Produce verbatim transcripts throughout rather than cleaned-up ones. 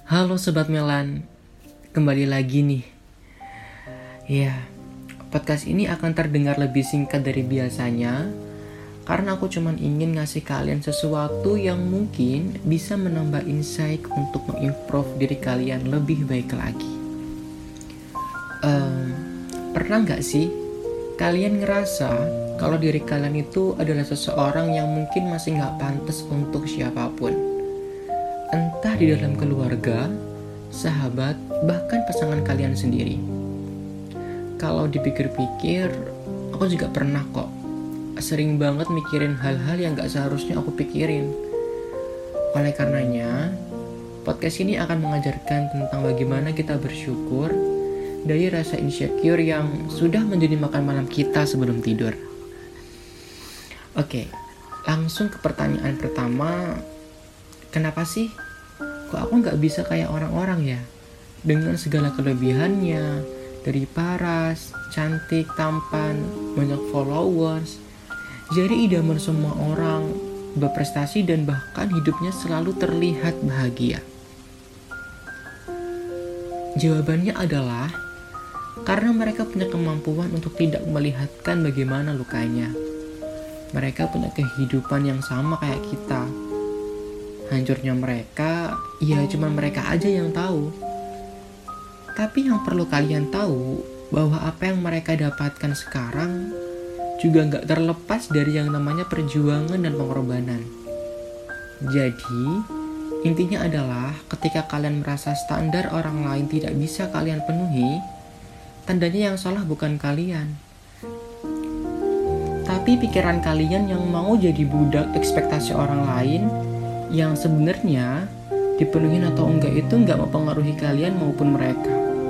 Halo Sobat Melan, kembali lagi nih. Ya, podcast ini akan terdengar lebih singkat dari biasanya karena aku cuman ingin ngasih kalian sesuatu yang mungkin bisa menambah insight untuk mengimprove diri kalian lebih baik lagi. um, Pernah gak sih kalian ngerasa kalau diri kalian itu adalah seseorang yang mungkin masih gak pantas untuk siapapun? Entah di dalam keluarga, sahabat, bahkan pasangan kalian sendiri. Kalau dipikir-pikir, aku juga pernah kok sering banget mikirin hal-hal yang gak seharusnya aku pikirin. Oleh karenanya, podcast ini akan mengajarkan tentang bagaimana kita bersyukur dari rasa insecure yang sudah menjadi makan malam kita sebelum tidur. Oke, langsung ke pertanyaan pertama. Kenapa sih kok aku gak bisa kayak orang-orang ya? Dengan segala kelebihannya, dari paras, cantik, tampan, banyak followers, jadi idaman semua orang, berprestasi dan bahkan hidupnya selalu terlihat bahagia. Jawabannya adalah karena mereka punya kemampuan untuk tidak melihatkan bagaimana lukanya. Mereka punya kehidupan yang sama kayak kita. Hancurnya mereka, ya cuma mereka aja yang tahu. Tapi yang perlu kalian tahu, bahwa apa yang mereka dapatkan sekarang juga gak terlepas dari yang namanya perjuangan dan pengorbanan. Jadi, intinya adalah ketika kalian merasa standar orang lain tidak bisa kalian penuhi, tandanya yang salah bukan kalian, tapi pikiran kalian yang mau jadi budak ekspektasi orang lain yang sebenarnya dipenuhin atau enggak itu enggak mempengaruhi kalian maupun mereka.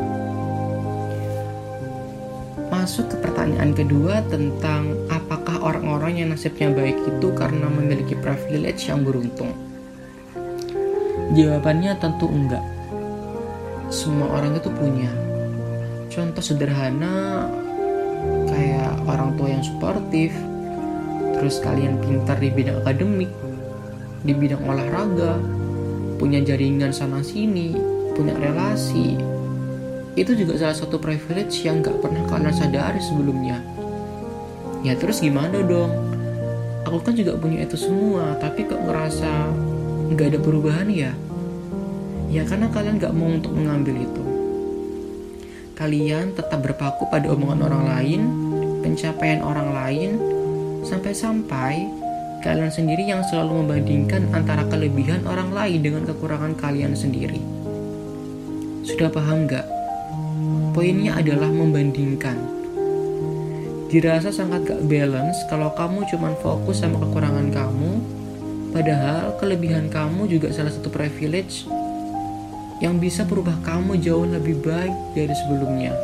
Masuk ke pertanyaan kedua tentang apakah orang-orang yang nasibnya baik itu karena memiliki privilege yang beruntung. Jawabannya tentu enggak. Semua orang itu punya. Contoh sederhana kayak orang tua yang suportif, terus kalian pintar di bidang akademik, di bidang olahraga, punya jaringan sana sini, punya relasi. Itu juga salah satu privilege yang gak pernah kalian sadari sebelumnya. Ya terus gimana dong? Aku kan juga punya itu semua, tapi kok ngerasa gak ada perubahan ya? Ya karena kalian gak mau untuk mengambil itu. Kalian tetap berpaku pada omongan orang lain, pencapaian orang lain, sampai-sampai kalian sendiri yang selalu membandingkan antara kelebihan orang lain dengan kekurangan kalian sendiri. Sudah paham gak? Poinnya adalah membandingkan. Dirasa sangat gak balance kalau kamu cuma fokus sama kekurangan kamu, padahal kelebihan kamu juga salah satu privilege yang bisa berubah kamu jauh lebih baik dari sebelumnya.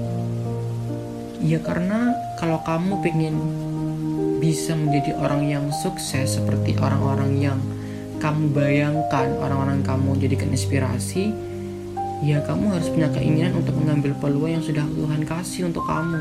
Ya karena kalau kamu pengen bisa menjadi orang yang sukses seperti orang-orang yang kamu bayangkan, orang-orang kamu jadikan inspirasi, ya kamu harus punya keinginan untuk mengambil peluang yang sudah Tuhan kasih untuk kamu.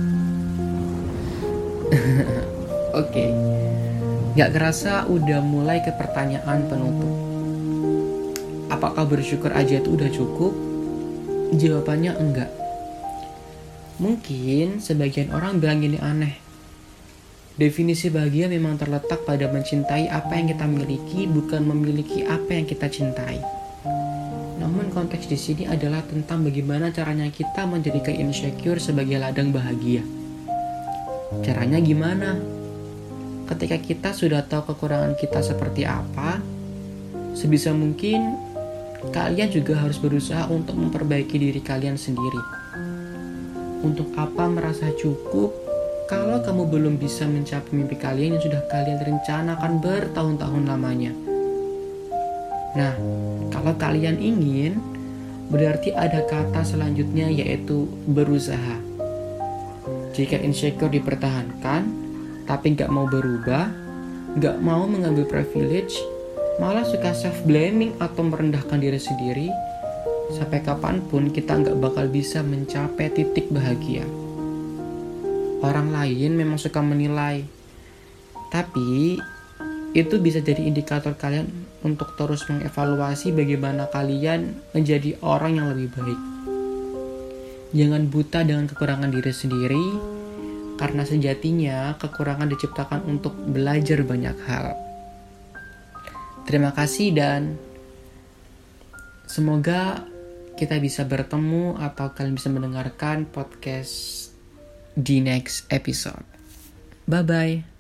Oke, okay. Gak kerasa udah mulai ke pertanyaan penutup. Apakah bersyukur aja itu udah cukup? Jawabannya enggak. Mungkin sebagian orang bilang gini aneh. Definisi bahagia memang terletak pada mencintai apa yang kita miliki, bukan memiliki apa yang kita cintai. Namun konteks di sini adalah tentang bagaimana caranya kita menjadikan insecure sebagai ladang bahagia. Caranya gimana? Ketika kita sudah tahu kekurangan kita seperti apa, sebisa mungkin kalian juga harus berusaha untuk memperbaiki diri kalian sendiri. Untuk apa merasa cukup kalau kamu belum bisa mencapai mimpi kalian yang sudah kalian rencanakan bertahun-tahun lamanya? Nah, kalau kalian ingin, berarti ada kata selanjutnya yaitu berusaha. Jika insecure dipertahankan, tapi gak mau berubah, gak mau mengambil privilege, malah suka self-blaming atau merendahkan diri sendiri, sampai kapanpun kita gak bakal bisa mencapai titik bahagia. Orang lain memang suka menilai, tapi itu bisa jadi indikator kalian untuk terus mengevaluasi bagaimana kalian menjadi orang yang lebih baik. Jangan buta dengan kekurangan diri sendiri, karena sejatinya kekurangan diciptakan untuk belajar banyak hal. Terima kasih dan semoga kita bisa bertemu atau kalian bisa mendengarkan podcast di next episode. Bye-bye.